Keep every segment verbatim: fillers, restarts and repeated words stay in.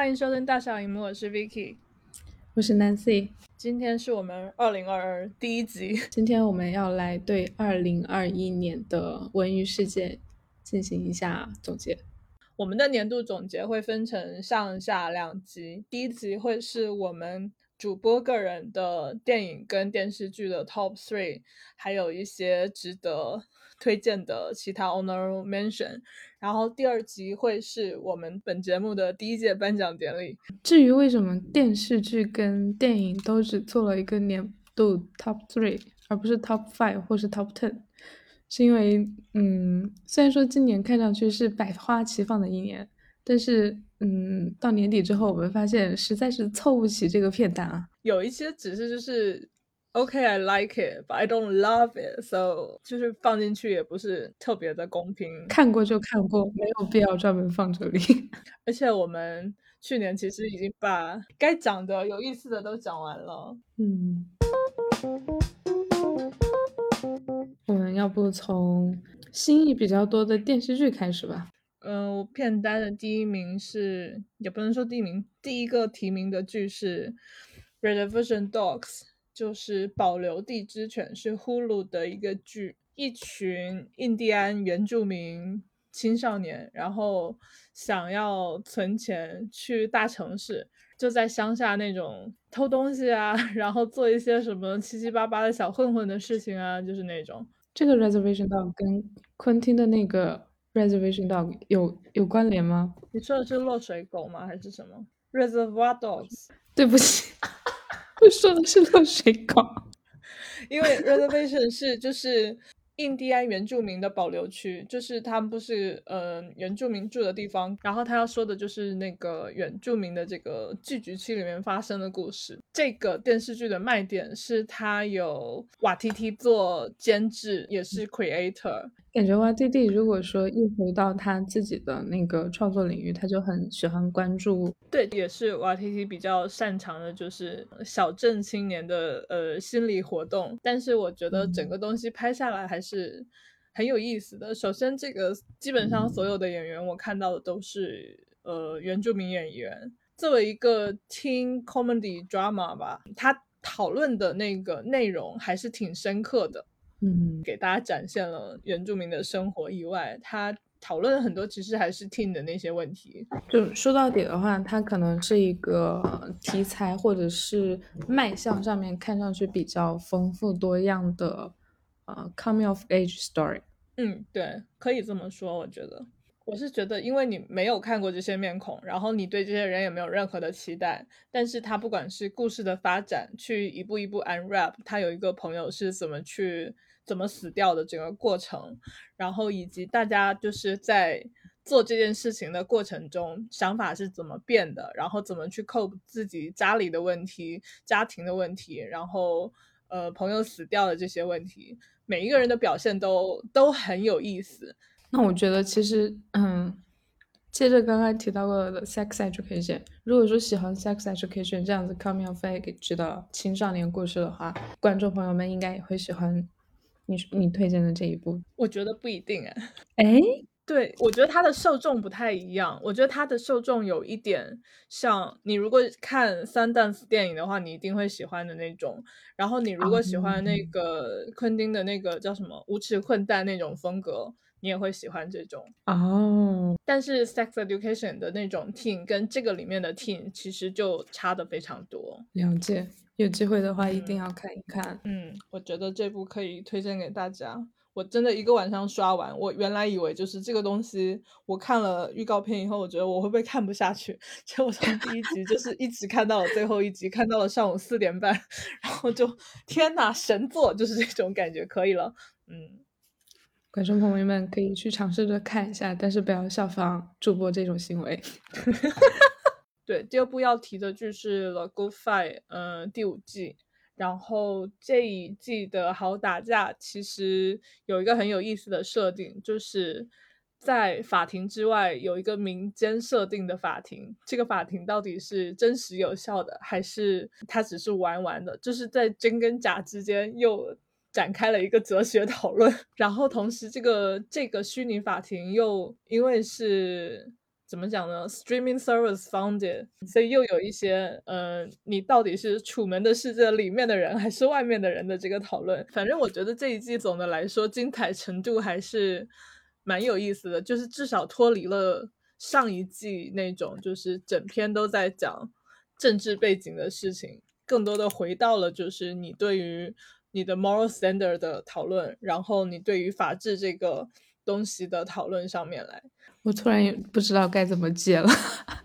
欢迎收听大小荧幕，我是 Vicky， 我是 Nancy。 今天是我们二零二二第一集。 今天我们要来对二零二一年的文娱事件进行一下总结。 我们的年度总结会分成上下两集，第一集会是我们主播个人的电影跟电视剧的 Top 三， 还有一些值得推荐的其他 Honorable Mention， 然后第二集会是我们本节目的第一届颁奖典礼。 至于为什么电视剧跟电影都只做了一个年度 Top 三而不是 Top 五或是 Top 十，是因为嗯，虽然说今年看上去是百花齐放的一年，但是嗯，到年底之后我们发现实在是凑不齐这个片单啊。 有一些只是就是OK, I like it, but I don't love it, so 就是放进去也不是特别的公平。 看过就看过，没有必要专门放这里。 而且我们去年其实已经把该讲的有意思的都讲完了。 嗯，我们要不从新意比较多的电视剧开始吧。 嗯，我片单的第一名是，也不能说第一名，第一个提名的剧是 Reservation Dogs， 就是保留地之犬，是 Hulu 的一个剧，一群印第安原住民青少年，然后想要存钱去大城市，就在乡下那种偷东西啊，然后做一些什么七七八八的小混混的事情啊，就是那种。 这个 Reservation Dog 跟昆汀的那个 Reservation Dog 有有关联吗？ 你说的是落水狗吗？还是什么 Reservoir Dogs？ 对不起，我说的是落水狗。 因为 reservation 是就是印第安原住民的保留区，就是他们不是呃原住民住的地方，然后他要说的就是那个原住民的这个聚居区里面发生的故事。这个电视剧的卖点是他有瓦提提做监制，也是 creator。 感觉 Y T D 如果说一回到他自己的那个创作领域，他就很喜欢关注。 对，也是瓦提提比较擅长的，就是小镇青年的呃心理活动。但是我觉得整个东西拍下来还是很有意思的。首先，这个基本上所有的演员我看到的都是呃原住民演员。作为一个 teen comedy drama 吧，他讨论的那个内容还是挺深刻的。 嗯， 给大家展现了原住民的生活以外，他讨论了很多其实还是 teen 的那些问题。 就说到底的话，它可能是一个题材或者是卖相上面看上去比较丰富多样的呃 coming of age story。 嗯，对，可以这么说。我觉得，我是觉得，因为你没有看过这些面孔，然后你对这些人也没有任何的期待，但是他不管是故事的发展，去一步一步 unwrap， 他有一个朋友是怎么去怎么死掉的整个过程，然后以及大家就是在做这件事情的过程中，想法是怎么变的，然后怎么去 cope 自己家里的问题、家庭的问题，然后呃朋友死掉的这些问题。每一个人的表现都都很有意思。 那我觉得其实，嗯，接着刚刚提到过的 sex education， 如果说喜欢 sex education 这样子 coming of age 的青少年故事的话，观众朋友们应该也会喜欢你你推荐的这一部。 我觉得不一定哎。 哎， 对，我觉得他的受众不太一样。我觉得他的受众有一点像你如果看 Sundance 电影的话，你一定会喜欢的那种。然后你如果喜欢那个昆汀的那个叫什么无耻混蛋那种风格，你也会喜欢这种。 哦， 但是 Sex Education 的那种 teen 跟这个里面的 teen 其实就差的非常多。 了解，有机会的话一定要看一看。 嗯，我觉得这部可以推荐给大家。我真的一个晚上刷完，我原来以为就是这个东西，我看了预告片以后，我觉得我会不会看不下去，结果从第一集就是一直看到了最后一集，看到了上午四点半，然后就天哪，神作，就是这种感觉，可以了。嗯， 观众朋友们可以去尝试着看一下，但是不要效仿主播这种行为。 对，第二部要提的就是《The Good Fight》，嗯，第五季。然后这一季的好打架其实有一个很有意思的设定，就是在法庭之外有一个民间设定的法庭，这个法庭到底是真实有效的，还是它只是玩玩的，就是在真跟假之间又展开了一个哲学讨论。然后同时这个这个虚拟法庭又因为是怎么讲呢 ？streaming service founded，所以又有一些呃，你到底是楚门的世界里面的人还是外面的人的这个讨论。反正我觉得这一季总的来说精彩程度还是蛮有意思的，就是至少脱离了上一季那种就是整篇都在讲政治背景的事情，更多的回到了就是你对于你的 moral standard 的讨论，然后你对于法治这个东西的讨论上面来。 我突然也不知道该怎么接了。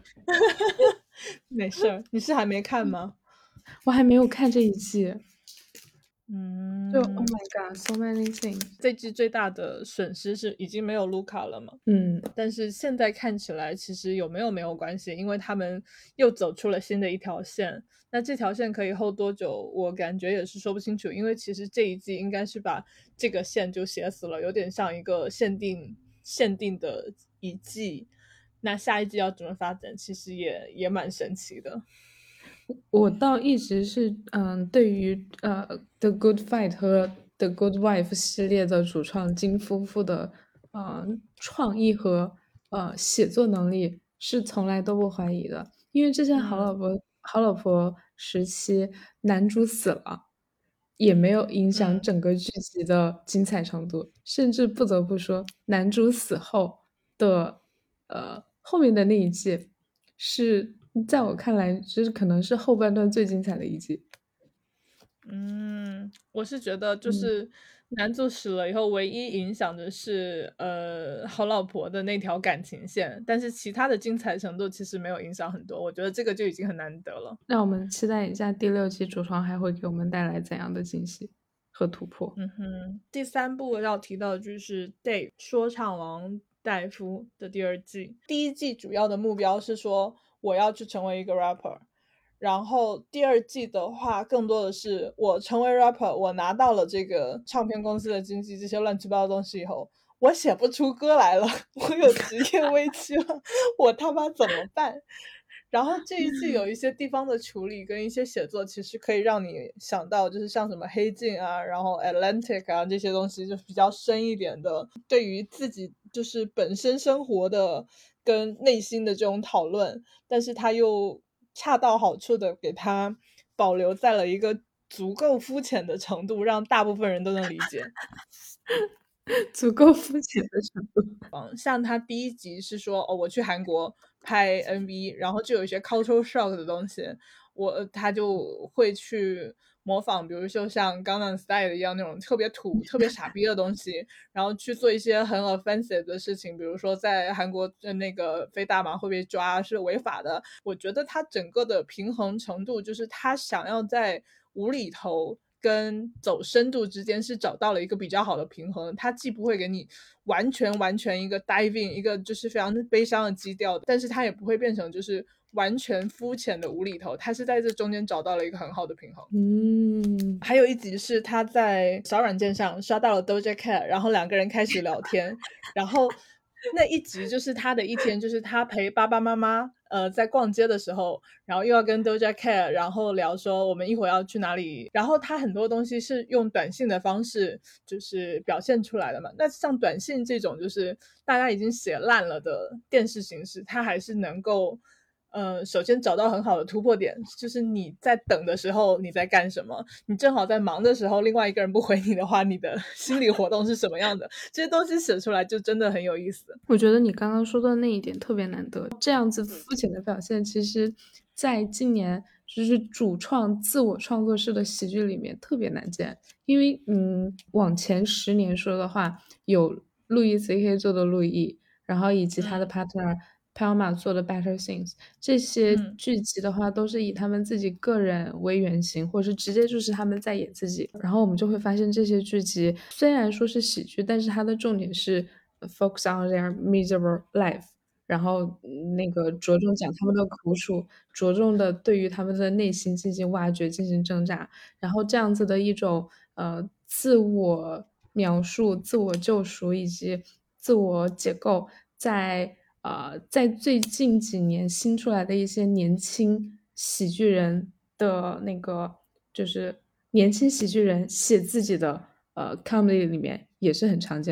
没事儿，你是还没看吗？ 我还没有看这一季。 嗯， 就 Oh my god, so many things。 这季最大的损失是已经没有卢卡了嘛？ 嗯， 但是现在看起来其实有没有没有关系，因为他们又走出了新的一条线。那这条线可以 hold 多久，我感觉也是说不清楚，因为其实这一季应该是把这个线就写死了，有点像一个限定限定的一季。那下一季要怎么发展，其实也也蛮神奇的。 我倒一直是嗯，对于呃《The Good Fight》和《The Good Wife》系列的主创金夫妇的呃创意和呃写作能力是从来都不怀疑的，因为之前好老婆、 嗯、 好老婆时期男主死了，也没有影响嗯整个剧集的精彩程度，甚至不得不说，男主死后的呃后面的那一季是在我看来，就是可能是后半段最精彩的一季。 嗯，我是觉得就嗯， 是男主死了以后，唯一影响的是呃好老婆的那条感情线，但是其他的精彩程度其实没有影响很多，我觉得这个就已经很难得了。 让我们期待一下第六季主创还会给我们带来怎样的惊喜和突破。 嗯哼，第三部要提到的就是《Dave 说唱王戴夫》的第二季。第一季主要的目标是说我要去成为一个 rapper，然后第二季的话更多的是我成为 rapper，我拿到了这个唱片公司的经济这些乱七八糟东西以后，我写不出歌来了，我有职业危机了，我他妈怎么办？然后这一季有一些地方的处理跟一些写作，其实可以让你想到，就是像什么黑镜啊，然后 Atlantic 啊这些东西，就是比较深一点的，对于自己就是本身生活的跟内心的这种讨论，但是他又恰到好处的给他保留在了一个足够肤浅的程度，让大部分人都能理解。 足够肤浅的程度。 像他第一集是说，哦，我去韩国拍 M V，然后就有一些 cultural shock 的东西，我他就会去模仿，比如说像 Gangnam Style 一样那种特别土、特别傻逼的东西，然后去做一些很 offensive 的事情，比如说在韩国的那个飞大麻会被抓是违法的。我觉得他整个的平衡程度，就是他想要在无厘头跟走深度之间是找到了一个比较好的平衡，它既不会给你完全完全一个 diving 一个就是非常悲伤的基调，但是它也不会变成就是完全肤浅的无厘头，它是在这中间找到了一个很好的平衡。 嗯， 还有一集是他在小软件上刷到了 Doja Cat，然后两个人开始聊天，然后那一集就是他的一天，就是他陪爸爸妈妈呃在逛街的时候，然后又要跟 Doja Cat 然后聊说我们一会儿要去哪里，然后他很多东西是用短信的方式就是表现出来的嘛。那像短信这种就是大家已经写烂了的电视形式，它还是能够呃，首先找到很好的突破点，就是你在等的时候你在干什么，你正好在忙的时候，另外一个人不回你的话，你的心理活动是什么样的？这些东西写出来就真的很有意思。 我觉得你刚刚说的那一点特别难得，这样子肤浅的表现，其实在今年就是主创自我创作式的喜剧里面特别难见。因为嗯，往前十年说的话，有路易 C K 做的路易，然后以及他的 partner Palma 做的 Better Things，这些嗯剧集的话都是以他们自己个人为原型，或是直接就是他们在演自己。然后我们就会发现这些剧集虽然说是喜剧，但是它的重点是 focus on their miserable life，然后那个着重讲他们的苦楚，着重的对于他们的内心进行挖掘、进行挣扎，然后这样子的一种呃自我描述、自我救赎以及自我解构，在呃在最近几年新出来的一些年轻喜剧人的那个就是年轻喜剧人写自己的呃 comedy 里面也是很常见的。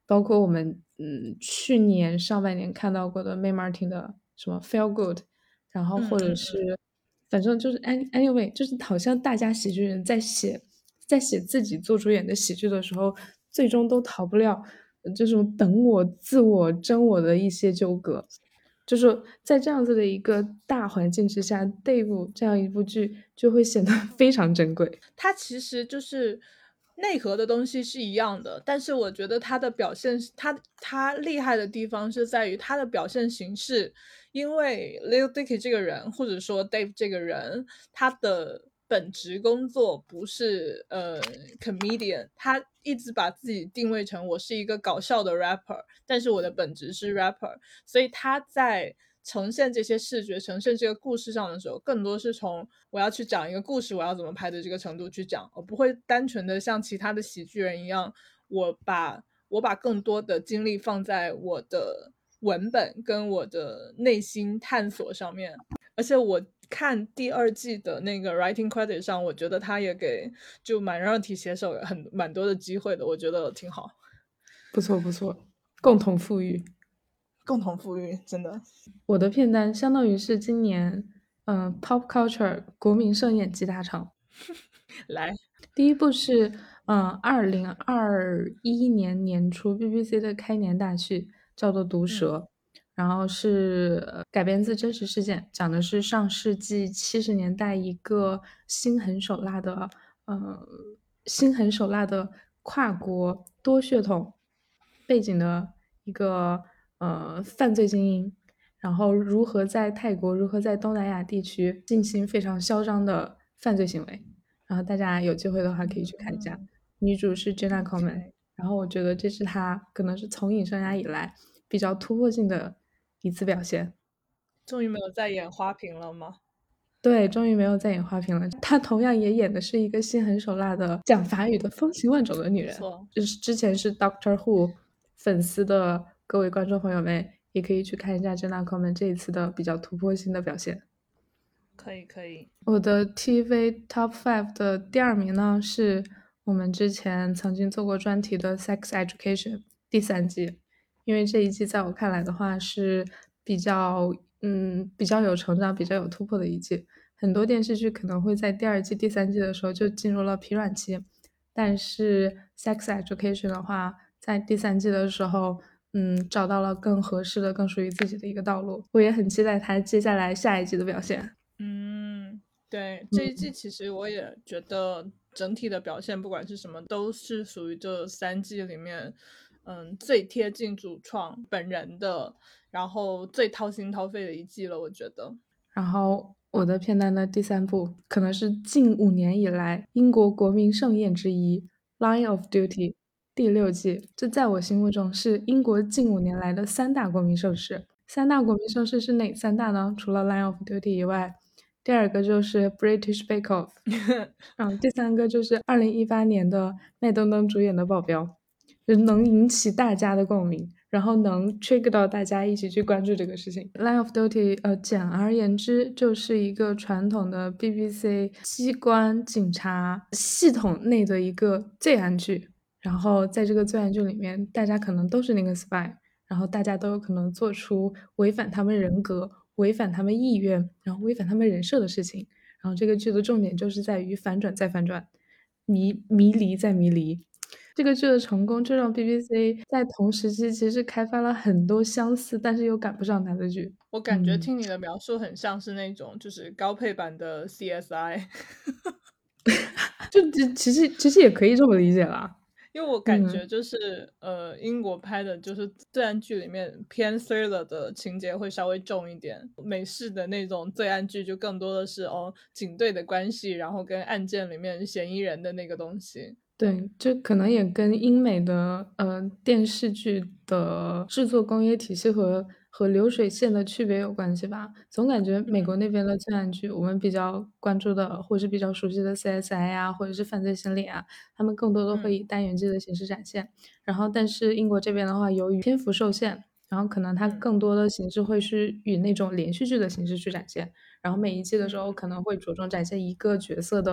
包括我们嗯去年上半年看到过的 May Martin 的什么 Feel Good，然后或者是、 嗯嗯嗯、 反正就是 anyway，就是好像大家喜剧人在写在写自己做主演的喜剧的时候，最终都逃不了这种本我、自我、真我的一些纠葛。就是在这样子的一个大环境之下，Dave 这样一部剧就会显得非常珍贵。 它其实就是内核的东西是一样的，但是我觉得它的表现，它它厉害的地方是在于它的表现形式。因为 Lil Dicky 这个人，或者说 Dave 这个人，他的本职工作不是呃 comedian，他一直把自己定位成我是一个搞笑的 rapper， 但是我的本职是 rapper， 所以他在呈现这些视觉、呈现这个故事上的时候，更多是从我要去讲一个故事，我要怎么拍的这个程度去讲，我不会单纯的像其他的喜剧人一样，我把我把更多的精力放在我的文本跟我的内心探索上面。而且我看第二季的那个 writing credit 上，我觉得他也给就蛮让体写手很蛮多的机会的，我觉得挺好。 不错不错，共同富裕。 共同富裕，真的。 我的片单相当于是今年嗯、呃、pop culture 国民盛宴集大成。 来， 第一部是嗯二零二一年年初 B B C 的开年大剧，叫做《毒舌》， 嗯， 然后是、呃、改编自真实事件，讲的是上世纪七十年代一个心狠手辣的呃心狠手辣的跨国多血统背景的一个呃犯罪精英，然后如何在泰国，如何在东南亚地区进行非常嚣张的犯罪行为。然后大家有机会的话可以去看一下。 嗯， 女主是 Jenna Coleman， OK， 然后我觉得这是她可能是从影生涯以来比较突破性的一次表现。 终于没有再演花瓶了吗？ 对，终于没有再演花瓶了。她同样也演的是一个心狠手辣的讲法语的风情万种的女人。 不错， 就是之前是 Doctor Who 粉丝的各位观众朋友们，也可以去看一下 Jenna Coleman 这一次的比较突破性的表现。 可以可以。 我的 T V Top Five 的第二名呢，是我们之前曾经做过专题的《Sex Education》第三季，因为这一季在我看来的话是比较嗯比较有成长、比较有突破的一季。很多电视剧可能会在第二季、第三季的时候就进入了疲软期，但是《Sex Education》的话，在第三季的时候，嗯，找到了更合适的、更属于自己的一个道路。我也很期待他接下来下一季的表现。 嗯，对，这一嗯。 季其实我也觉得整体的表现，不管是什么，都是属于这三季里面，嗯，最贴近主创本人的，然后最掏心掏肺的一季了，我觉得。 然后我的片单的第三部可能是近五年以来英国国民盛宴之一，《Line of Duty》第六季。这在我心目中是英国近五年来的三大国民盛事。三大国民盛事是哪三大呢？除了《Line of Duty》以外，第二个就是《British Bake Off》，嗯，第三个就是二零一八年的麦登登主演的《保镖》，就是能引起大家的共鸣。然后能 trigger 到大家一起去关注这个事情。Line of Duty，呃，简而言之就是一个传统的 B B C 机关警察系统内的一个罪案剧。然后在这个罪案剧里面，大家可能都是那个 spy，然后大家都有可能做出违反他们人格、违反他们意愿，然后违反他们人设的事情。然后这个剧的重点就是在于反转再反转，迷迷离再迷离。这个剧的成功，就让 B B C 在同时期其实开发了很多相似但是又赶不上它的剧。 我感觉嗯， 听你的描述很像是那种就是高配版的 C S I。 就其其实其实也可以这么理解啦。 因为我感嗯， 觉就是呃，英国拍的就是罪案剧里面偏 thriller 的情节会稍微重一点，美式的那种罪案剧就更多的是哦警队的关系，然后跟案件里面嫌疑人的那个东西。 对，这可能也跟英美的呃电视剧的制作工业体系和和流水线的区别有关系吧。总感觉美国那边的罪案剧，我们比较关注的或是比较熟悉的 C S I 啊，或者是犯罪心理啊，他们更多的会嗯以单元剧的形式展现。然后，但是英国这边的话，由于篇幅受限，然后可能它嗯更多的形式会是以那种连续剧的形式去展现。然后每一季的时候嗯可能会着重展现一个角色的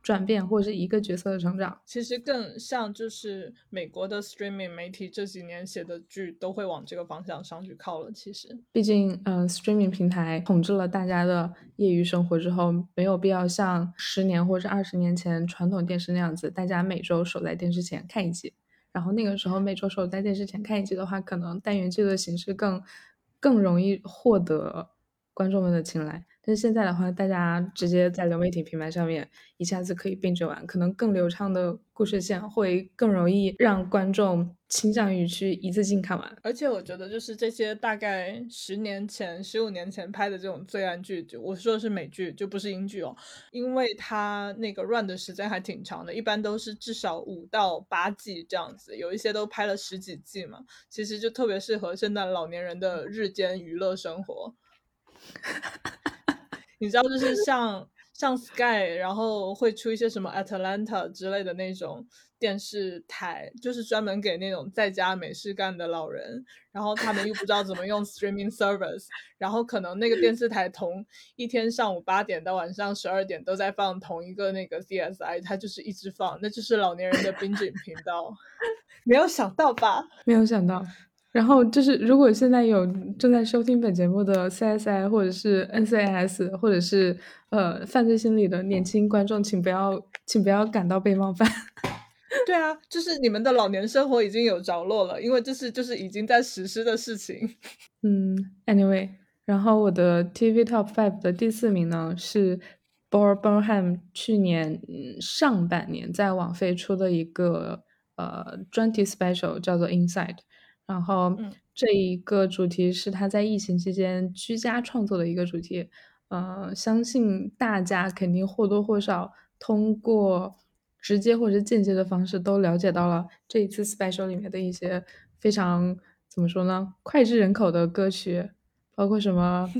转变，或者是一个角色的成长。 其实更像就是美国的 streaming 媒体这几年写的剧都会往这个方向上去靠了。其实， 毕竟，呃，streaming 平台统治了大家的业余生活之后，没有必要像十年或者二十年前传统电视那样子，大家每周守在电视前看一集。然后那个时候每周守在电视前看一集的话，可能单元剧的形式更更容易获得观众们的青睐。但是现在的话，大家直接在流媒体平台上面一下子可以并着完，可能更流畅的故事线会更容易让观众倾向于去一次性看完。 而且我觉得就是这些大概十年前、十五年前拍的这种罪案剧，就我说的是美剧，就不是英剧哦，因为它那个 run 的时间还挺长的，一般都是至少五到八季这样子，有一些都拍了十几季嘛，其实就特别适合现在老年人的日间娱乐生活。你知道，就是像像 Sky， 然后会出一些什么 Atlanta 之类的那种电视台，就是专门给那种在家没事干的老人，然后他们又不知道怎么用 streaming service， 然后可能那个电视台同一天上午八点到晚上十二点都在放同一个那个 C S I， 它就是一直放，那就是老年人的 binging 频道。没有想到吧？ 没有想到。然后就是，如果现在有正在收听本节目的 C S I 或者是 N C I S 或者是呃犯罪心理的年轻观众，请不要请不要感到被冒犯。 对啊，就是你们的老年生活已经有着落了，因为这是就是已经在实施的事情。 嗯 ，anyway，然后我的 T V Top Five 的第四名呢是 Bo Burnham 去年上半年在网飞出的一个呃专题 special 叫做 Inside。然后这一个主题是他在疫情期间居家创作的一个主题，呃，相信大家肯定或多或少通过直接或者间接的方式都了解到了这一次 special 里面的一些非常怎么说呢，脍炙人口的歌曲，包括什么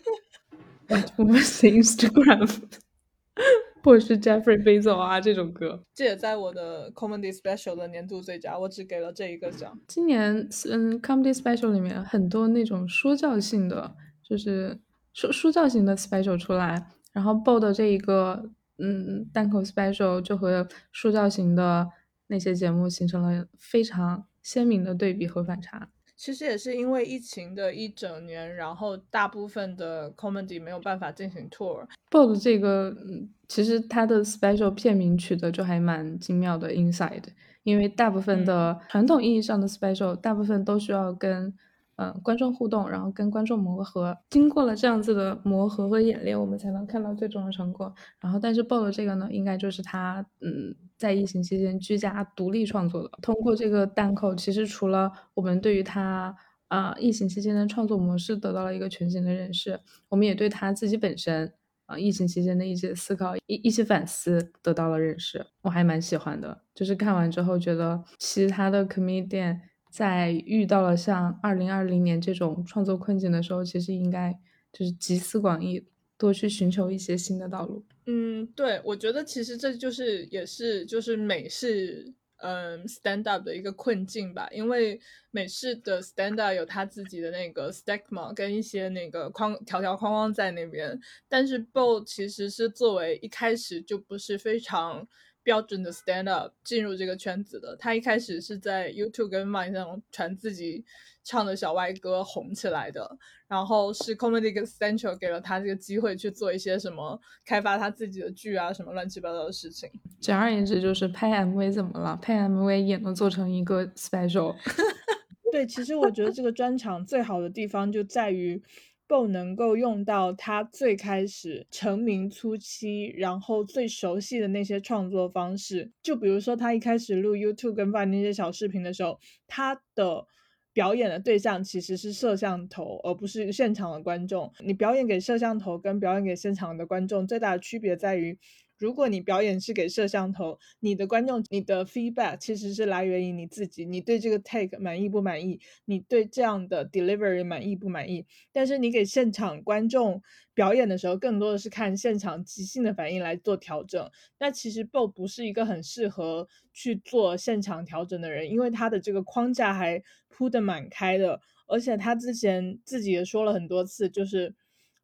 White Woman's Instagram 或者是 Jeffrey Bezos 啊这种歌。 这也在我的 Comedy Special 的年度最佳，我只给了这一个奖。 今年嗯 Comedy Special 里面很多那种说教性的，就是说说教型的 Special 出来，然后 B O 的这一个嗯单口 Special 就和说教型的那些节目形成了非常鲜明的对比和反差。 其实也是因为疫情的一整年，然后大部分的 comedy 没有办法进行 tour。 B O 的这个，嗯，其实它的 special 片名取得就还蛮精妙的 ，Inside。因为大部分的传统意义上的 special，大部分都需要跟呃观众互动，然后跟观众磨合。经过了这样子的磨合和演练，我们才能看到最终的成果。然后，但是 B O 的这个呢，应该就是他嗯在疫情期间居家独立创作的。通过这个单口，其实除了我们对于他啊、呃、疫情期间的创作模式得到了一个全新的认识，我们也对他自己本身啊、呃、疫情期间的一些思考、一一些反思得到了认识。我还蛮喜欢的，就是看完之后觉得其他的 comedian 在遇到了像二零二零年这种创作困境的时候，其实应该就是集思广益，多去寻求一些新的道路。 嗯，对，我觉得其实这就是也是就是美式嗯 stand up 的一个困境吧，因为美式的 stand up 有他自己的那个 stigma 跟一些那个框条条框框在那边，但是 B O 其实是作为一开始就不是非常标准的 stand up 进入这个圈子的，他一开始是在 YouTube 跟 Vine 上传自己唱的小歪歌红起来的，然后是 Comedy Central 给了他这个机会去做一些什么开发他自己的剧啊什么乱七八糟的事情。 简而言之就是拍 M V 怎么了，拍 M V 也能做成一个 special。 对，其实我觉得这个专场最好的地方就在于 B O 能够用到他最开始成名初期然后最熟悉的那些创作方式，就比如说他一开始录 YouTube 跟 Vine 那些小视频的时候，他的表演的对象其实是摄像头，而不是现场的观众。你表演给摄像头跟表演给现场的观众最大的区别在于，如果你表演是给摄像头，你的观众你的 feedback 其实是来源于你自己，你对这个 take 满意不满意，你对这样的 delivery 满意不满意。但是你给现场观众表演的时候，更多的是看现场即兴的反应来做调整。那其实 B O 不是一个很适合去做现场调整的人，因为他的这个框架还铺得蛮开的，而且他之前自己也说了很多次，就是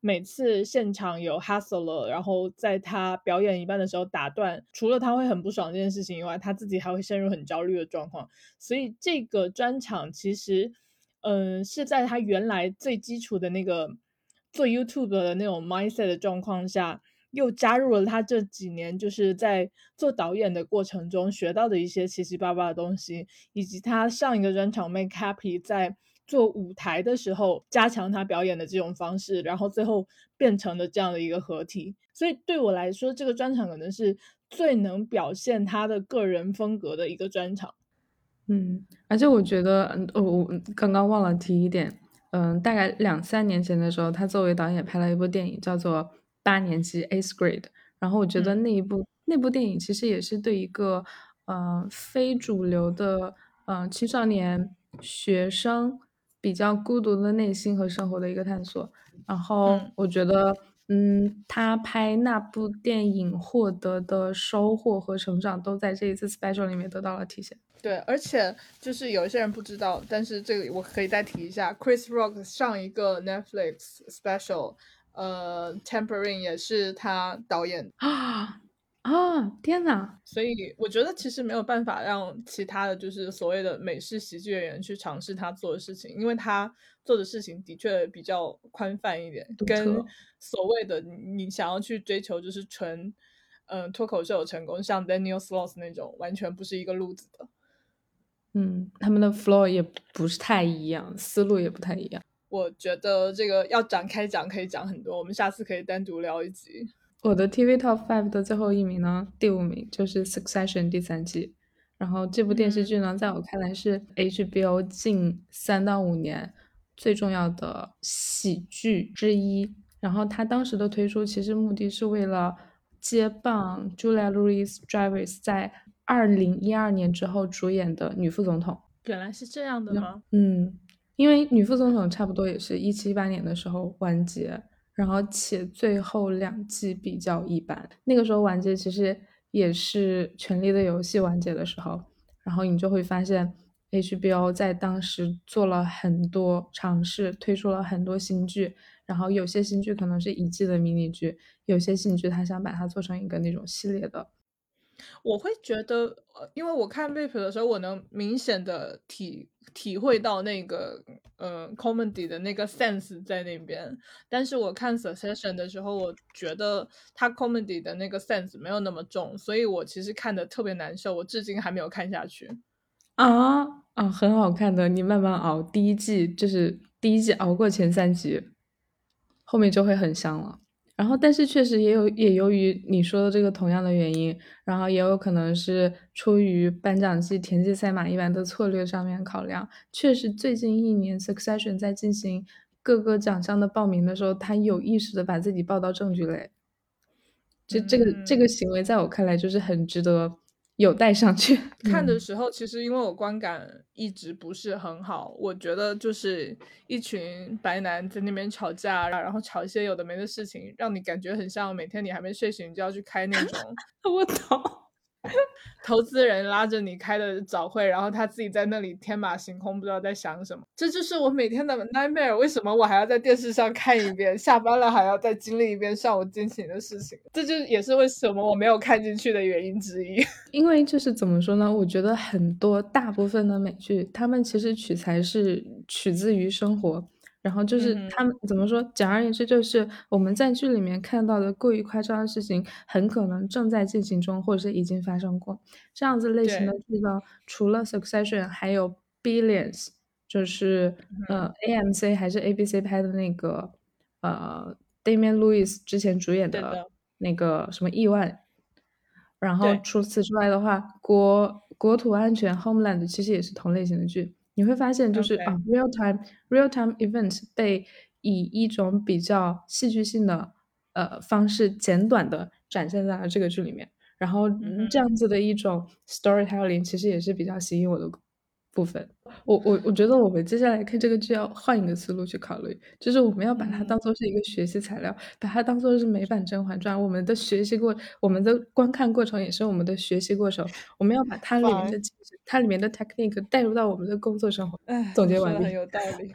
每次现场有 hustler，然后在他表演一半的时候打断，除了他会很不爽这件事情以外，他自己还会陷入很焦虑的状况。所以这个专场其实，嗯、呃，是在他原来最基础的那个做 YouTube 的那种 mindset 的状况下，又加入了他这几年就是在做导演的过程中学到的一些七七八八的东西，以及他上一个专场 Make Happy 在做舞台的时候加强他表演的这种方式，然后最后变成了这样的一个合体。所以对我来说，这个专场可能是最能表现他的个人风格的一个专场。 嗯，而且我觉得，嗯，我我刚刚忘了提一点，嗯，大概两三年前的时候，他作为导演拍了一部电影，叫做《八年级 Eighth Grade》，然后我觉得嗯那一部那部电影其实也是对一个呃非主流的呃青少年学生比较孤独的内心和生活的一个探索。然后嗯。 我觉得，嗯，他拍那部电影获得的收获和成长，都在这一次 special 里面得到了体现。 对，而且就是有一些人不知道，但是这个我可以再提一下，Chris Rock 上一个 Netflix special，呃，Tempering 也是他导演， 啊啊！天呐， 所以我觉得其实没有办法让其他的就是所谓的美式喜剧演员去尝试他做的事情，因为他做的事情的确比较宽泛一点，跟独特。 所谓的你你想要去追求就是纯，嗯、呃，脱口秀成功，像 Daniel Sloss 那种，完全不是一个路子的。 嗯，他们的 flow 也不是太一样，思路也不太一样。 我觉得这个要展开讲可以讲很多，我们下次可以单独聊一集。 我的 T V Top Five 的最后一名呢，第五名就是《Succession》第三季。然后这部电视剧嗯， 呢，在我看来是 H B O 近三到五年最重要的喜剧之一。然后它当时的推出，其实目的是为了接棒 Julia Louis-Dreyfus 在二零一二年之后主演的《女副总统》。 原来是这样的吗？ 嗯，因为女副总统差不多也是一七一八年的时候完结，然后且最后两季比较一般。那个时候完结其实也是《权力的游戏》完结的时候，然后你就会发现 H B O 在当时做了很多尝试，推出了很多新剧，然后有些新剧可能是一季的迷你剧，有些新剧他想把它做成一个那种系列的。 我会觉得，呃，因为我看 V I P 的时候，我能明显的体体会到那个，呃，comedy 的那个 sense 在那边。但是我看 Succession 的时候，我觉得他 comedy 的那个 sense 没有那么重，所以我其实看的特别难受，我至今还没有看下去。 啊啊，很好看的，你慢慢熬。第一季就是第一季熬过前三集，后面就会很香了。然后，但是确实也有也由于你说的这个同样的原因，然后也有可能是出于颁奖季田忌赛马一般的策略上面考量，确实最近一年 Succession 在进行各个奖项的报名的时候，他有意识的把自己报到正剧类。这这个这个嗯。 行为在我看来就是很值得有待商榷。 看的嗯。 时候，其实因为我观感一直不是很好，我觉得就是一群白男在那边吵架，然后吵一些有的没的事情，让你感觉很像每天你还没睡醒就要去开那种我懂。 投资人拉着你开的早会，然后他自己在那里天马行空，不知道在想什么。这就是我每天的 nightmare。为什么我还要在电视上看一遍，下班了还要再经历一遍上午进行的事情？这就也是为什么我没有看进去的原因之一。 因为就是怎么说呢？我觉得很多大部分的美剧，他们其实取材是取自于生活，然后就是嗯哼， 他们怎么说？简而言之，就是我们在剧里面看到的过于夸张的事情，很可能正在进行中，或者是已经发生过。这样子类型的对， 剧呢，除了《Succession》，还有《Billions》，就是呃 A M C 还是 A B C 拍的那个呃 Damian Lewis 之前主演的对的， 那个什么意外。然后对。 除此之外的话，国国土安全 Homeland 其实也是同类型的剧。你会发现就是啊 OK， ，real time real time event 被以一种比较戏剧性的呃方式简短的展现在了这个剧里面。然后嗯这嗯哼， 样子的一种 storytelling 其实也是比较吸引我的部分。我我我觉得我们接下来看这个剧要换一个思路去考虑，就是我们要把它当嗯， 做是一个学习材料，把它当做是美版《甄嬛传》，我们的学习过，我们的观看过程也是我们的学习过程，我们要把它里面的棒， 知识、它里面的 technique 带入到我们的工作生活。 哎， 总你说的很结完毕。 有道理。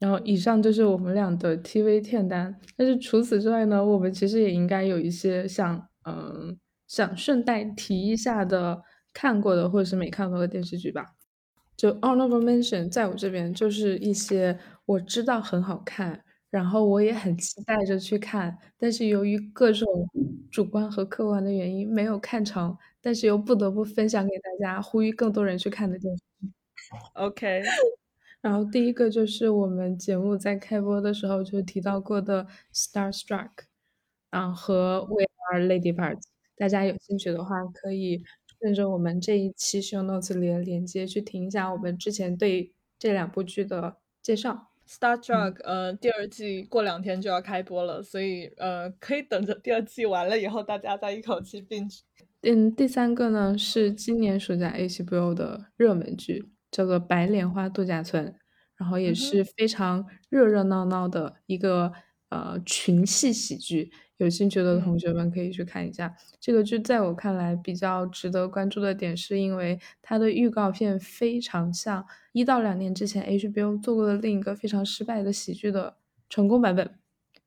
然后以上就是我们俩的 T V 片单，但是除此之外呢，我们其实也应该有一些想嗯想顺带提一下的看过的或者是没看过的电视剧吧。就 honorable mention 在我这边就是一些我知道很好看，然后我也很期待着去看，但是由于各种主观和客观的原因没有看成，但是又不得不分享给大家，呼吁更多人去看的电视剧。 OK， 然后第一个就是我们节目在开播的时候就提到过的《Starstruck》，啊和《We Are Ladybirds》，大家有兴趣的话可以顺着我们这一期 show notes 里的链接去听一下我们之前对这两部剧的介绍。 Star 嗯 Trek 呃第二季过两天就要开播了，所以呃可以等着第二季完了以后大家再一口气 binge。 嗯，第三个呢是今年暑假 H B O 的热门剧，叫做《白莲花度假村》，然后也嗯哼， 是非常热热闹闹的一个呃群戏喜剧，有兴趣的同嗯， 学们可以去看一下。这个剧在我看来比较值得关注的点，是因为它的预告片非常像一到两年之前 H B O 做过的另一个非常失败的喜剧的成功版本。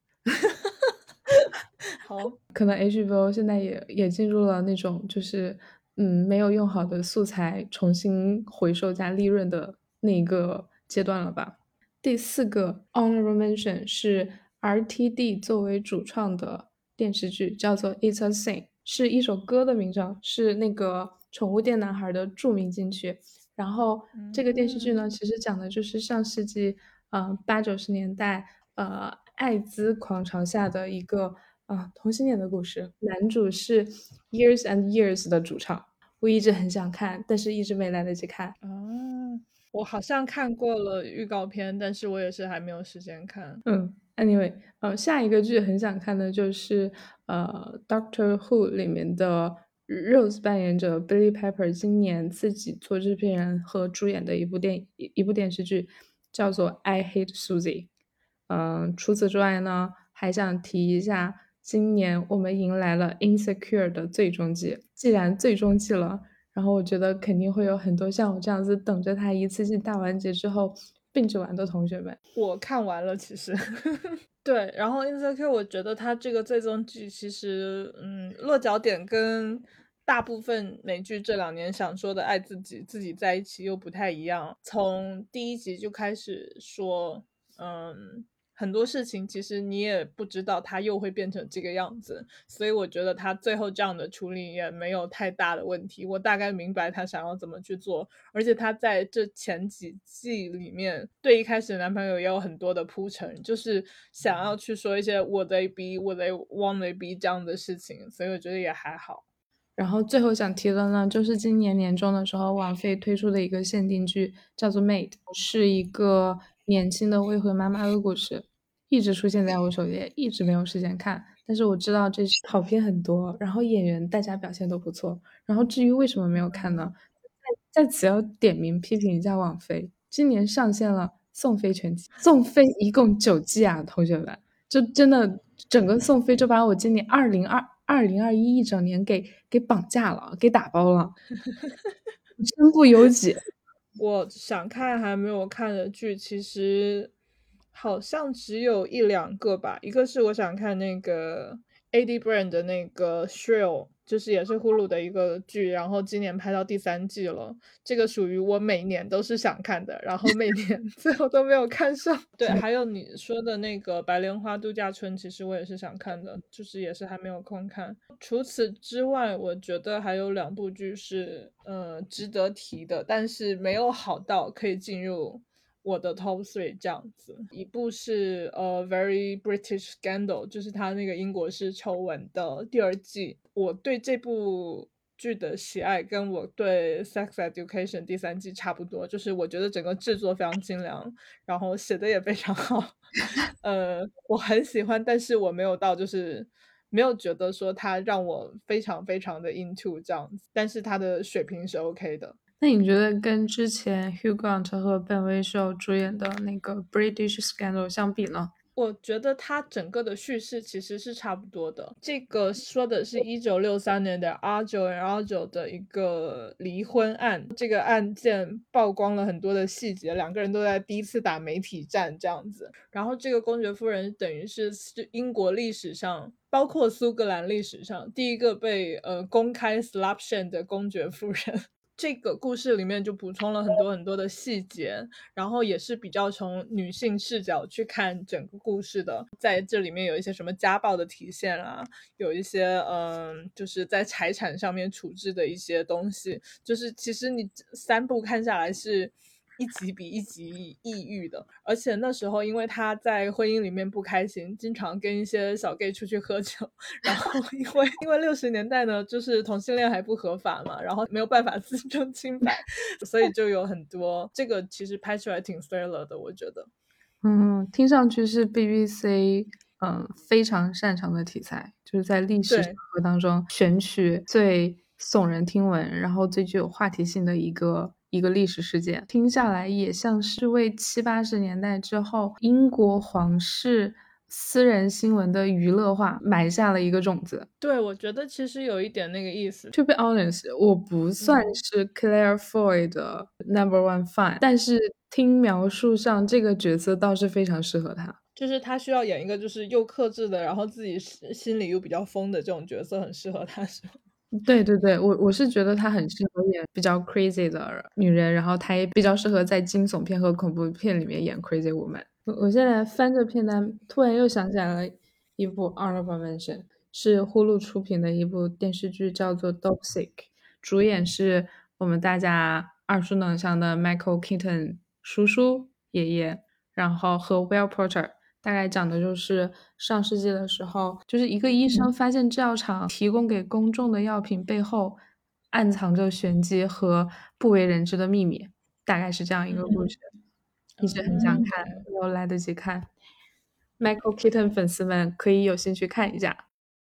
好， 可能 H B O 现在也也进入了那种就是嗯没有用好的素材重新回收加利润的那一个阶段了吧。第四个 honorable mention 是 R T D 作为主创的电视剧，叫做 It's a Sin，是一首歌的名称，是那个宠物店男孩的著名金曲。然后这个电视剧呢， 嗯， 其实讲的就是上世纪呃八九十年代呃艾滋狂潮下的一个啊同性恋的故事。男主是 Years and Years 的主唱，我一直很想看，但是一直没来得及看。 啊，我好像看过了预告片，但是我也是还没有时间看。 嗯，anyway，呃，下一个剧很想看的就是呃《Doctor Who》里面的 Rose 扮演者 Billie Piper 今年自己做制片人和主演的一部电一一部电视剧，叫做《I Hate Susie》。嗯，除此之外呢，还想提一下，今年我们迎来了《Insecure》的最终季。既然最终季了，然后我觉得肯定会有很多像我这样子等着它一次性大完结之后并着完的同学们。 我看完了，其实对，然后 Insecure，我觉得它这个最终剧其实，嗯，落脚点跟大部分美剧这两年想说的爱自己、自己在一起又不太一样。从第一集就开始说，嗯，很多事情其实你也不知道它又会变成这个样子，所以我觉得他最后这样的处理也没有太大的问题。我大概明白他想要怎么去做，而且他在这前几季里面对一开始的男朋友也有很多的铺陈，就是想要去说一些 would they be would they want they be 这样的事情，所以我觉得也还好。 然后最后想提的呢，就是今年年中的时候，网飞推出的一个限定剧，叫做《Maid》，是一个年轻的未婚妈妈的故事，一直出现在我首页，一直没有时间看。但是我知道这好评很多，然后演员大家表现都不错。然后至于为什么没有看呢？在在此要点名批评一下网飞，今年上线了宋飞全季，宋飞一共九季啊，同学们。就真的整个宋飞就把我今年二零二二零二一一整年给给绑架了，给打包了，身不由己。 我想看还没有看的剧，其实好像只有一两个吧。一个是我想看那个 A D Brand 的那个 Shrill，就是也是 Hulu 的一个剧，然后今年拍到第三季了。这个属于我每年都是想看的，然后每年最后都没有看上。对，还有你说的那个白莲花度假村，其实我也是想看的，就是也是还没有空看。除此之外，我觉得还有两部剧是呃值得提的，但是没有好到可以进入我的 top three 这样子。一部是呃 Very British Scandal，就是它那个英国式丑闻的第二季。我对这部剧的喜爱跟我对 Sex Education 第三季差不多，就是我觉得整个制作非常精良，然后写的也非常好，呃，我很喜欢，但是我没有到就是没有觉得说它让我非常非常的 into 这样子，但是它的水平是 OK 的。 那你觉得跟之前 Hugh Grant 和 Ben Whishaw 主演的那个 British Scandal 相比呢？ 我觉得它整个的叙事其实是差不多的。这个说的是一九六三年的阿九 and 阿九的一个离婚案，这个案件曝光了很多的细节，两个人都在第一次打媒体战这样子。然后这个公爵夫人等于是英国历史上，包括苏格兰历史上第一个被呃公开 slut shame 的公爵夫人。这个故事里面就补充了很多很多的细节，然后也是比较从女性视角去看整个故事的。在这里面有一些什么家暴的体现啊，有一些嗯，就是在财产上面处置的一些东西，就是其实你三部看下来是一集比一集抑郁的。而且那时候因为他在婚姻里面不开心，经常跟一些小 gay 出去喝酒，然后因为因为六十年代呢就是同性恋还不合法嘛，然后没有办法自证清白，所以就有很多这个其实拍出来挺 thriller 的，我觉得。 嗯，听上去是 B B C 嗯非常擅长的题材，就是在历史长对河当中选取最耸人听闻，然后最具有话题性的一个一个历史事件。听下来也像是为七八十年代之后英国皇室私人新闻的娱乐化埋下了一个种子。 对，我觉得其实有一点那个意思。 To be honest，我不算嗯是 Claire Foy 的 number one fan，但是听描述上这个角色倒是非常适合他。 就是他需要演一个就是又克制的，然后自己心里又比较疯的这种角色，很适合他，是吗？ 对对对，我我是觉得她很适合演比较 crazy 的女人，然后她也比较适合在惊悚片和恐怖片里面演 crazy woman。我我现在翻着片单，突然又想起来了一部 honorable mention，是呼噜出品的一部电视剧，叫做《Dog Sick》，主演是我们大家耳熟能详的 Michael Keaton 叔叔爷爷，然后和 Will Porter。大概讲的就是上世纪的时候，就是一个医生发现制药厂提供给公众的药品背后暗藏着玄机和不为人知的秘密，大概是这样一个故事。一直很想嗯， 看，没有来得及看。Michael Keaton 粉丝们可以有兴趣看一下。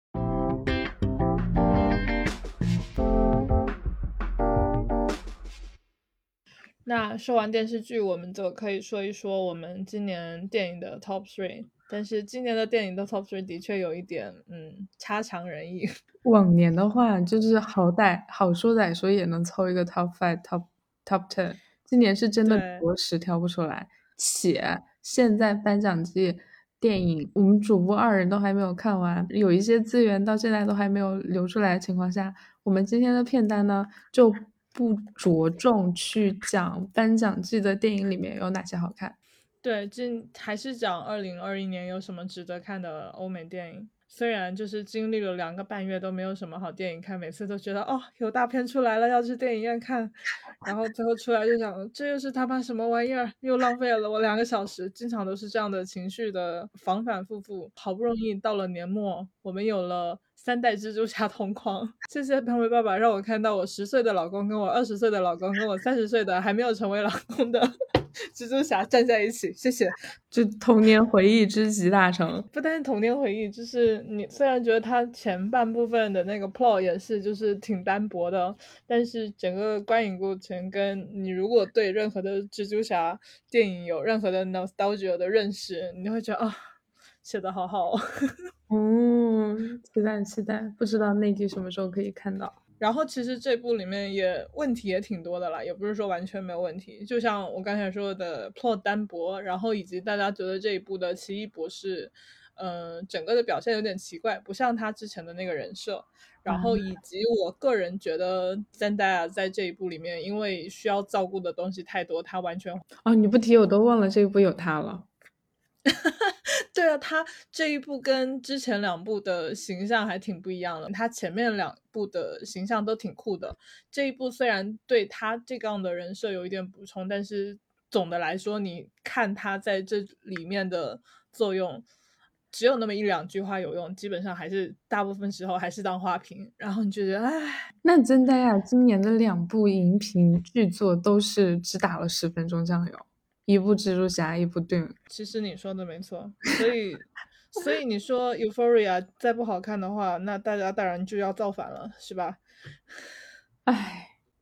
那说完电视剧，我们就可以说一说我们今年电影的 top three。但是今年的电影的 top three 的确有一点，嗯，差强人意。 往年的话，就是好歹好说歹说也能凑一个 top five、top top ten，今年是真的对， 着实挑不出来。且现在颁奖季电影，我们主播二人都还没有看完，有一些资源到现在都还没有流出来的情况下，我们今天的片单呢就不着重去讲颁奖季的电影里面有哪些好看。 对，今还是讲二零二一年有什么值得看的欧美电影。虽然就是经历了两个半月都没有什么好电影看，每次都觉得哦有大片出来了要去电影院看，然后最后出来就想这又是他妈什么玩意儿，又浪费了我两个小时，经常都是这样的情绪的反反复复。好不容易到了年末，我们有了三代蜘蛛侠同框，谢谢潘玮爸爸让我看到我十岁的老公跟我二十岁的老公跟我三十岁的还没有成为老公的蜘蛛侠站在一起，谢谢。 就童年回忆之集大成。 不单是童年回忆，就是你虽然觉得它前半部分的那个 plot 也是就是挺单薄的，但是整个观影过程跟你如果对任何的蜘蛛侠电影有任何的 nostalgia 的认识，你会觉得啊，写的好好哦。 哦，期待期待，不知道内地什么时候可以看到。 然后其实这部里面也问题也挺多的啦，也不是说完全没有问题。就像我刚才说的 plot 单薄，然后以及大家觉得这一部的奇异博士，嗯、呃，整个的表现有点奇怪，不像他之前的那个人设。然后以及我个人觉得 Zendaya 在这一部里面，因为需要照顾的东西太多，他完全哦，你不提我都忘了这一部有他了。 对啊，他这一部跟之前两部的形象还挺不一样的。他前面两部的形象都挺酷的，这一部虽然对他这样的人设有一点补充，但是总的来说，你看他在这里面的作用，只有那么一两句话有用，基本上还是大部分时候还是当花瓶。然后你就觉得，唉， 那曾丹亚今年的两部荧屏巨作都是只打了十分钟酱油，一部蜘蛛侠，一部 Dune。 其实你说的没错，所以。所以你说 Euphoria 再不好看的话，那大家当然就要造反了，是吧？ 唉，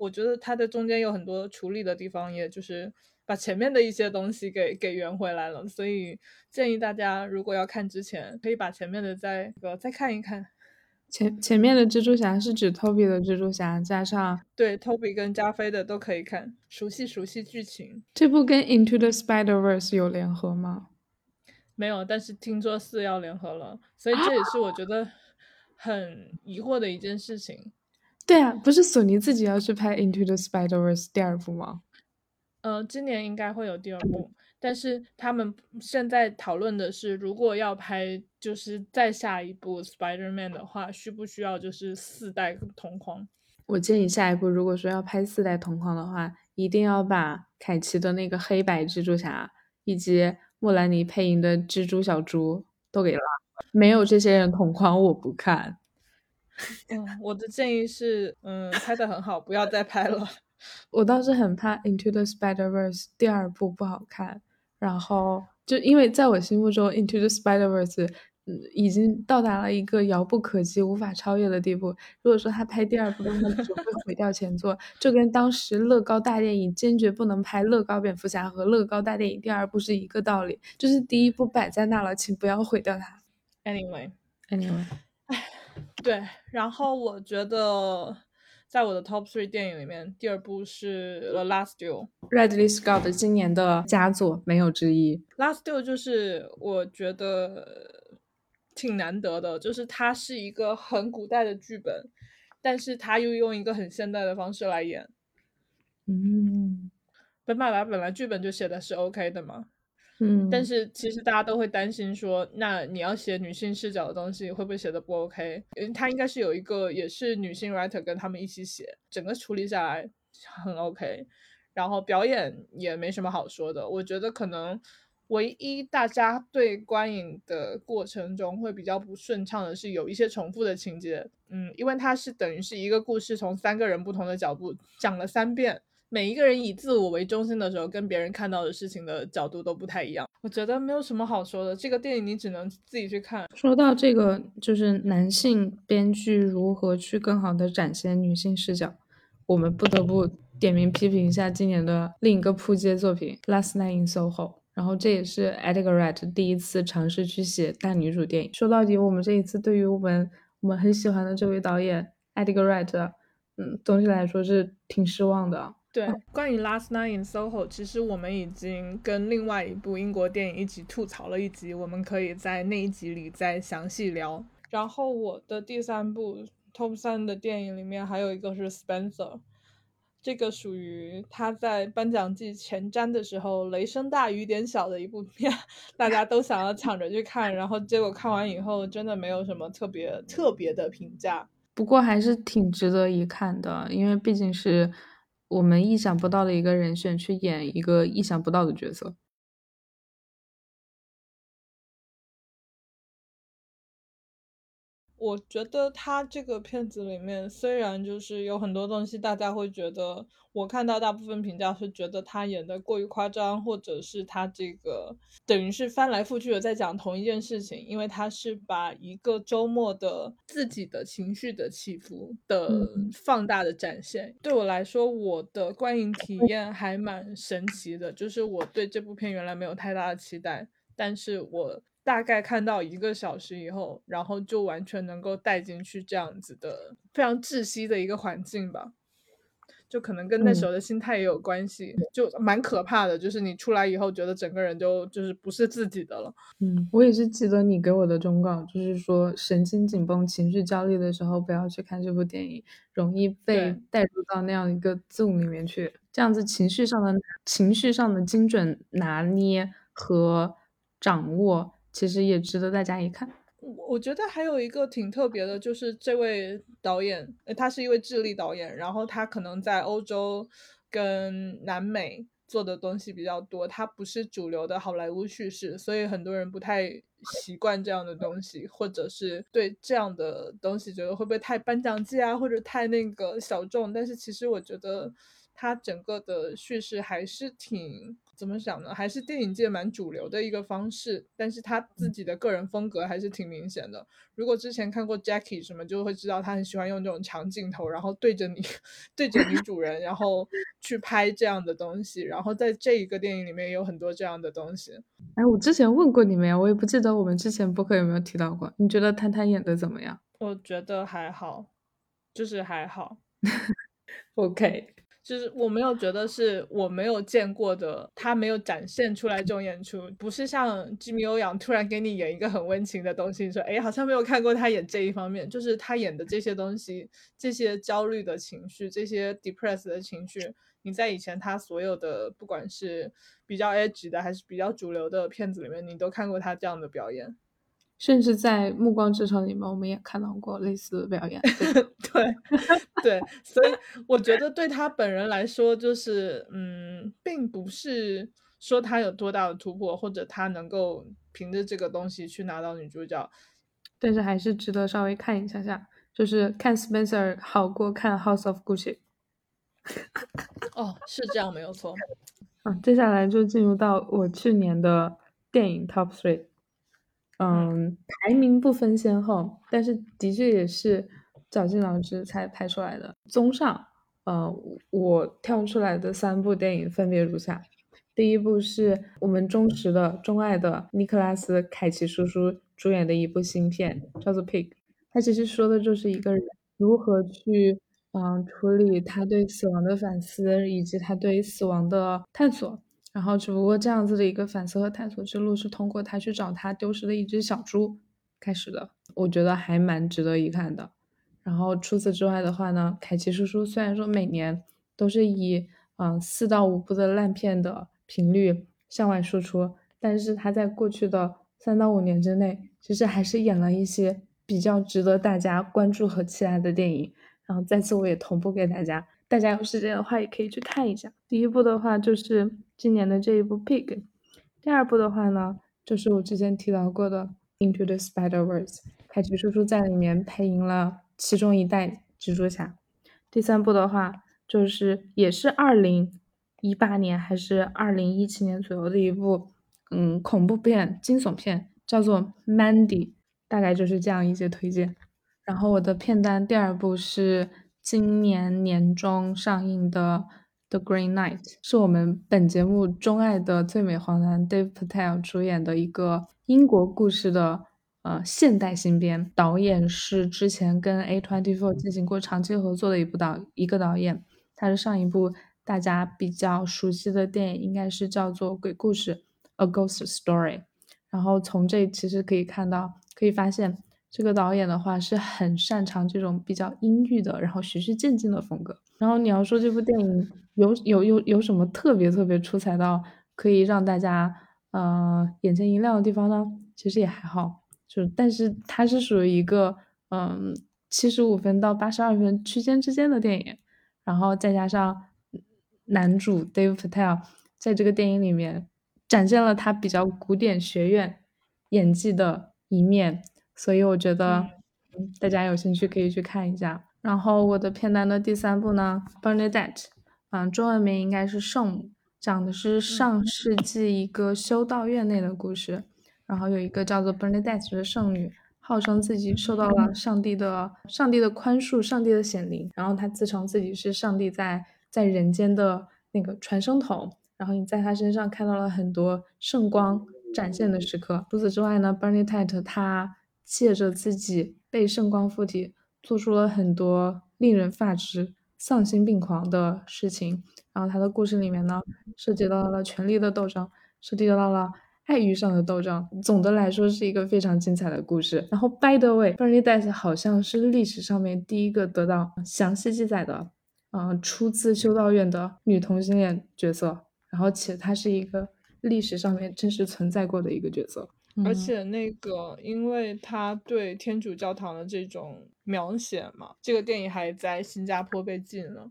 我觉得它的中间有很多处理的地方，也就是把前面的一些东西给给圆回来了，所以建议大家如果要看之前，可以把前面的再呃再看一看。 前前面的蜘蛛侠是指 Toby 的蜘蛛侠，加上对 Toby 跟加菲的都可以看，熟悉熟悉剧情。 这部跟 Into the Spider-Verse 有联合吗？ 没有，但是听说四要联合了，所以这也是我觉得很疑惑的一件事情。 对啊，不是索尼自己要去拍 Into the Spider-Verse 第二部吗？ 呃，今年应该会有第二部，但是他们现在讨论的是，如果要拍就是再下一部 Spider-Man 的话，需不需要就是四代同框？ 我建议下一步如果说要拍四代同框的话，一定要把凯奇的那个黑白蜘蛛侠以及莫兰妮配音的蜘蛛小猪都给拉了，没有这些人同框我不看。 嗯，我的建议是，嗯，拍的很好，不要再拍了。 我倒是很怕 Into the Spider-Verse 第二部不好看，然后就因为在我心目中 Into the Spider-Verse 嗯已经到达了一个遥不可及、无法超越的地步。如果说他拍第二部的话，只会毁掉前作，就跟当时乐高大电影坚决不能拍乐高蝙蝠侠和乐高大电影第二部是一个道理，就是第一部摆在那了，请不要毁掉它。 Anyway，Anyway， 唉， 对，然后我觉得在我的 top three 电影里面，第二部是 The Last Duel。 Ridley Scott 今年的佳作没有之一。 Last Duel 就是我觉得挺难得的，就是它是一个很古代的剧本，但是他又用一个很现代的方式来演。 嗯本马来本来剧本就写的是 OK 的嘛， 嗯， 但是其实大家都会担心说，那你要写女性视角的东西，会不会写的不 OK？因为他应该是有一个也是女性 writer 跟他们一起写，整个处理下来很 OK，然后表演也没什么好说的。我觉得可能唯一大家对观影的过程中会比较不顺畅的是有一些重复的情节，嗯，因为它是等于是一个故事从三个人不同的角度讲了三遍。每一个人以自我为中心的时候，跟别人看到的事情的角度都不太一样。我觉得没有什么好说的，这个电影你只能自己去看。 说到这个，就是男性编剧如何去更好的展现女性视角，我们不得不点名批评一下今年的另一个扑街作品《Last Night in Soho》。然后这也是 Edgar Wright 第一次尝试去写大女主电影。说到底，我们这一次对于我们我们很喜欢的这位导演 Edgar Wright，嗯，总体来说是挺失望的。 对，关于《Last Night in Soho》，其实我们已经跟另外一部英国电影一起吐槽了一集，我们可以在那一集里再详细聊。然后我的第三部 Top 三的电影里面还有一个是 Spencer， 这个属于他在颁奖季前瞻的时候雷声大雨点小的一部片，大家都想要抢着去看，然后结果看完以后真的没有什么特别特别的评价。 不过还是挺值得一看的，因为毕竟是我们意想不到的一个人选去演一个意想不到的角色。 我觉得他这个片子里面，虽然就是有很多东西，大家会觉得，我看到大部分评价是觉得他演的过于夸张，或者是他这个等于是翻来覆去的在讲同一件事情，因为他是把一个周末的自己的情绪的起伏的嗯放大的展现。对我来说，我的观影体验还蛮神奇的，就是我对这部片原来没有太大的期待，但是我大概看到一个小时以后，然后就完全能够带进去这样子的非常窒息的一个环境吧，就可能跟那时嗯候的心态也有关系，就蛮可怕的，就是你出来以后觉得整个人就就是不是自己的了。 嗯，我也是记得你给我的忠告，就是说神经紧绷、情绪焦虑的时候不要去看这部电影，容易被对带入到那样一个 zone 里面去。这样子情绪上的情绪上的精准拿捏和掌握，其实也值得大家一看。 我我觉得还有一个挺特别的，就是这位导演，呃他是一位智利导演，然后他可能在欧洲跟南美做的东西比较多，他不是主流的好莱坞叙事，所以很多人不太习惯这样的东西，或者是对这样的东西觉得会不会太颁奖季啊，或者太那个小众，但是其实我觉得他整个的叙事还是挺怎么讲呢，还是电影界蛮主流的一个方式，但是他自己的个人风格还是挺明显的。如果之前看过 Jackie 什么，就会知道他很喜欢用这种长镜头，然后对着你对着女主人，然后去拍这样的东西，然后在这一个电影里面也有很多这样的东西。 哎，我之前问过你没有，我也不记得我们之前播客有没有提到过。你觉得探探演的怎么样我觉得还好，就是还好。 ？OK， 就是我没有觉得是我没有见过的，他没有展现出来这种演出，不是像吉米欧阳突然给你演一个很温情的东西，你说哎，好像没有看过他演这一方面，就是他演的这些东西，这些焦虑的情绪，这些 depressed 的情绪，你在以前他所有的不管是比较 edgy 的还是比较主流的片子里面，你都看过他这样的表演。 甚至在《暮光之城》里面，我们也看到过类似的表演，对吧？ 对对，所以我觉得对他本人来说，就是嗯，并不是说他有多大的突破，或者他能够凭着这个东西去拿到女主角。 但是还是值得稍微看一下下，就是看 Spencer 好过看 House of Gucci。 哦，是这样，没有错。 嗯，接下来就进入到我去年的电影 Top Three。 嗯嗯，排名不分先后，但是的确也是绞尽脑汁才排出来的。综上，呃，我挑出来的三部电影分别如下：第一部是我们忠实的、钟爱的尼克拉斯·凯奇叔叔主演的一部新片，叫做《Pig》。它其实说的就是一个人如何去，嗯，处理他对死亡的反思，以及他对死亡的探索。然后只不过这样子的一个反思和探索之路是通过他去找他丢失的一只小猪开始的，我觉得还蛮值得一看的。然后除此之外的话呢，凯奇叔叔虽然说每年都是以嗯四到五部的烂片的频率向外输出，但是他在过去的三到五年之内，其实还是演了一些比较值得大家关注和期待的电影。然后在此我也同步给大家，大家有时间的话也可以去看一下。第一部的话就是今年的这一部《Pig》，第二部的话呢就是我之前提到过的《Into the Spider-Verse》，凯奇叔叔在里面配音了其中一代蜘蛛侠。第三部的话就是也是二零一八年还是二零一七年左右的一部嗯恐怖片惊悚片，叫做《Mandy》，大概就是这样一些推荐。然后我的片单第二部是今年年中上映的《The Green Knight》，是我们本节目钟爱的最美黄男 Dave Patel 主演的一个英国故事的呃现代新编，导演是之前跟 A 二十四 进行过长期合作的一部导一个导演，他是上一部大家比较熟悉的电影应该是叫做《鬼故事》A Ghost Story。然后从这其实可以看到，可以发现这个导演的话是很擅长这种比较阴郁的，然后循序渐进的风格。然后你要说这部电影有有有有什么特别特别出彩到可以让大家呃眼前一亮的地方呢？其实也还好，就但是它是属于一个嗯七十五分到八十二分区间之间的电影，然后再加上男主 Dave Patel 在这个电影里面展现了他比较古典学院演技的一面，所以我觉得嗯大家有兴趣可以去看一下。然后我的片单的第三部呢，Bernadette，嗯，中文名应该是圣母，讲的是上世纪一个修道院内的故事。然后有一个叫做 Bernadette 的圣女，号称自己受到了上帝的上帝的宽恕，上帝的显灵，然后她自称自己是上帝在在人间的那个传声筒。然后你在她身上看到了很多圣光展现的时刻。除此之外呢，Bernadette 她借着自己被圣光附体，做出了很多令人发指、丧心病狂的事情。然后她的故事里面呢，涉及到了权力的斗争，涉及到了爱欲上的斗争。总的来说是一个非常精彩的故事。然后 by the way，Bernadette 好像是历史上面第一个得到详细记载的，嗯、呃，出自修道院的女同性恋角色。然后且她是一个历史上面真实存在过的一个角色。嗯而且那个，因为他对天主教堂的这种描写嘛，这个电影还在新加坡被禁了。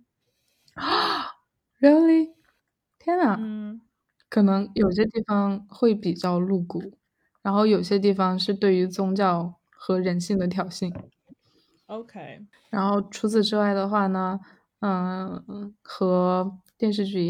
，Really？天呐， 嗯可能有些地方会比较露骨，然后有些地方是对于宗教和人性的挑衅。 ，OK， 然后除此之外的话呢，嗯，和电视剧一样，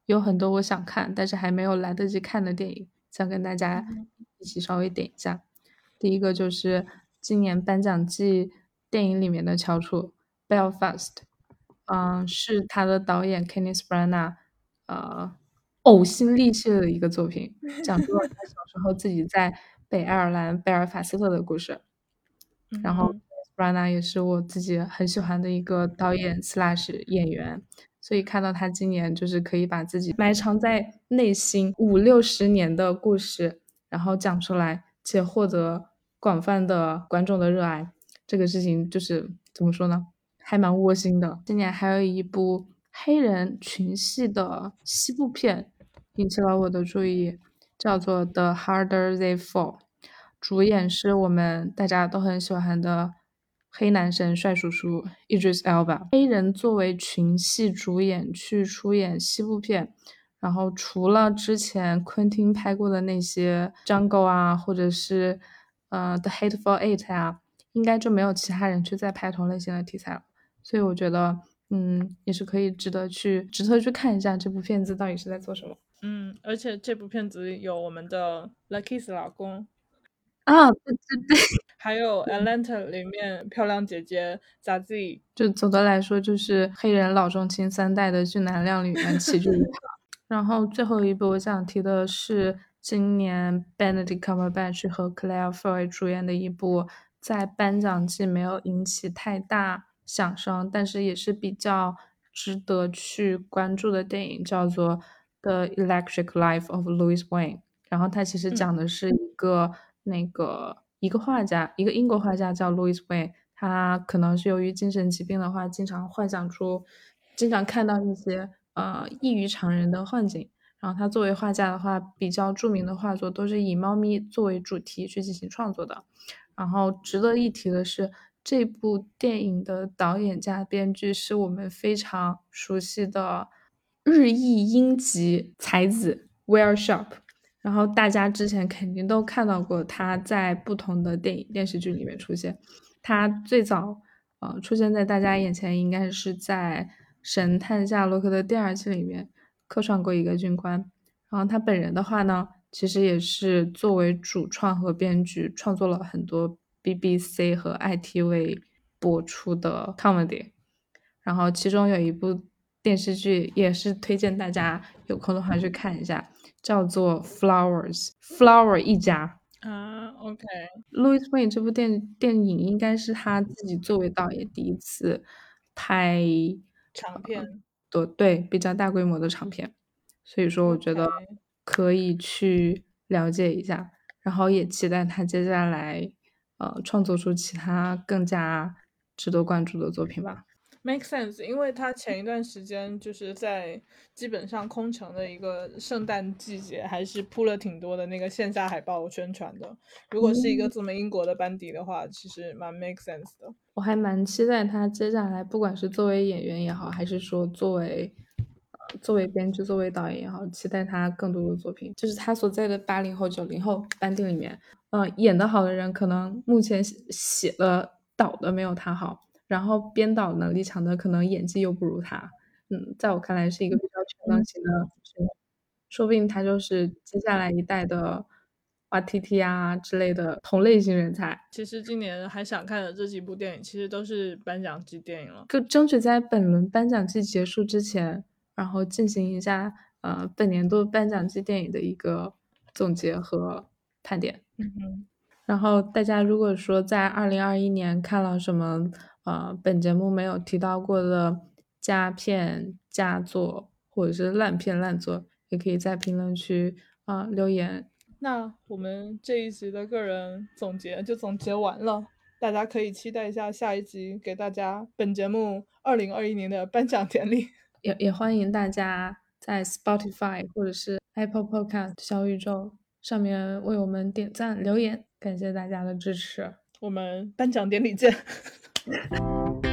有很多我想看但是还没有来得及看的电影，想跟大家一起稍微点一下。第一个就是今年颁奖季电影里面的翘楚 Belfast， 嗯，是他的导演 Kenneth Branagh 呃呕心沥血的一个作品，讲述了他小时候自己在北爱尔兰贝尔法斯特的故事。然后 Branagh 也是我自己很喜欢的一个导演 slash 演员，所以看到他今年就是可以把自己埋藏在内心五六十年的故事，然后讲出来，且获得广泛的观众的热爱，这个事情就是怎么说呢，还蛮窝心的。今年还有一部黑人群戏的西部片引起了我的注意，叫做 The Harder They Fall，主演是我们大家都很喜欢的黑男神帅叔叔 Idris Elba。黑人作为群戏主演去出演西部片，然后除了之前昆汀拍过的那些 Jungle 啊，或者是呃 The Hateful Eight 啊，应该就没有其他人去再拍同类型的题材了。所以我觉得，嗯，也是可以值得去值得去看一下这部片子到底是在做什么。 嗯，而且这部片子里有我们的 Lakis 老公啊，对对对， 还有 Atlanta 里面漂亮姐姐 Zazie。 就总的来说，就是黑人老中青三代的俊男靓女们齐聚一堂。然后最后一部我想提的是今年 Benedict Cumberbatch 和 Claire Foy 主演的一部在颁奖季没有引起太大响声，但是也是比较值得去关注的电影，叫做 The Electric Life of Louis Wayne。然后它其实讲的是一个、嗯、那个一个画家，一个英国画家叫 Louis Wayne， 他可能是由于精神疾病的话，经常幻想出，经常看到一些呃异于常人的幻境。然后他作为画家的话，比较著名的画作都是以猫咪作为主题去进行创作的。然后值得一提的是，这部电影的导演加编剧是我们非常熟悉的日裔英籍才子 Will Sharp。然后大家之前肯定都看到过他在不同的电影电视剧里面出现。他最早呃出现在大家眼前应该是在神探夏洛克的第二季里面客串过一个军官。然后他本人的话呢，其实也是作为主创和编剧创作了很多 B B C 和 I T V 播出的 comedy。然后其中有一部电视剧也是推荐大家有空的话去看一下，叫做 Flowers Flower 一家啊 OK。 Louis Wayne 这部电电影应该是他自己作为导演第一次拍长片。 对对，比较大规模的长片，所以说我觉得 OK。 可以去了解一下，然后也期待他接下来呃创作出其他更加值得关注的作品吧。 Make sense， 因为他前一段时间就是在基本上空城的一个圣诞季节，还是铺了挺多的那个线下海报宣传的。如果是一个这么英国的班底的话，其实蛮 make sense 的。 我还蛮期待他接下来，不管是作为演员也好，还是说作为呃作为编剧、作为导演也好，期待他更多的作品。就是他所在的八零后、九零后班底里面，呃，演得好的人可能目前写的、导的没有他好。然后编导能力强的可能演技又不如他，嗯，在我看来是一个比较全能型的选手，说不定他就是接下来一代的哇 T T 啊之类的同类型人才。 其实今年还想看的这几部电影，其实都是颁奖季电影了， 就争取在本轮颁奖季结束之前，然后进行一下呃本年度颁奖季电影的一个总结和盘点。 嗯哼。 然后大家如果说在二零二一年看了什么呃本节目没有提到过的佳片佳作或者是烂片烂作，也可以在评论区啊、呃、留言。 那我们这一集的个人总结就总结完了，大家可以期待一下下一集给大家本节目二零二一年的颁奖典礼。 也也欢迎大家在 Spotify 或者是 Apple Podcast 小宇宙上面为我们点赞留言，感谢大家的支持， 我们颁奖典礼见。